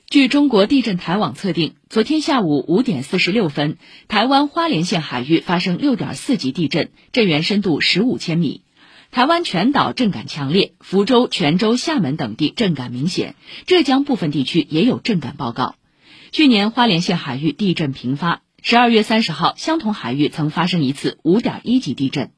据中国地震台网测定，昨天下午5点46分，台湾花莲县海域发生6.4级地震，震源深度15千米。台湾全岛震感强烈，福州、泉州、厦门等地震感明显，浙江部分地区也有震感报告。去年花莲县海域地震频发，12月30号，相同海域曾发生一次5.1级地震。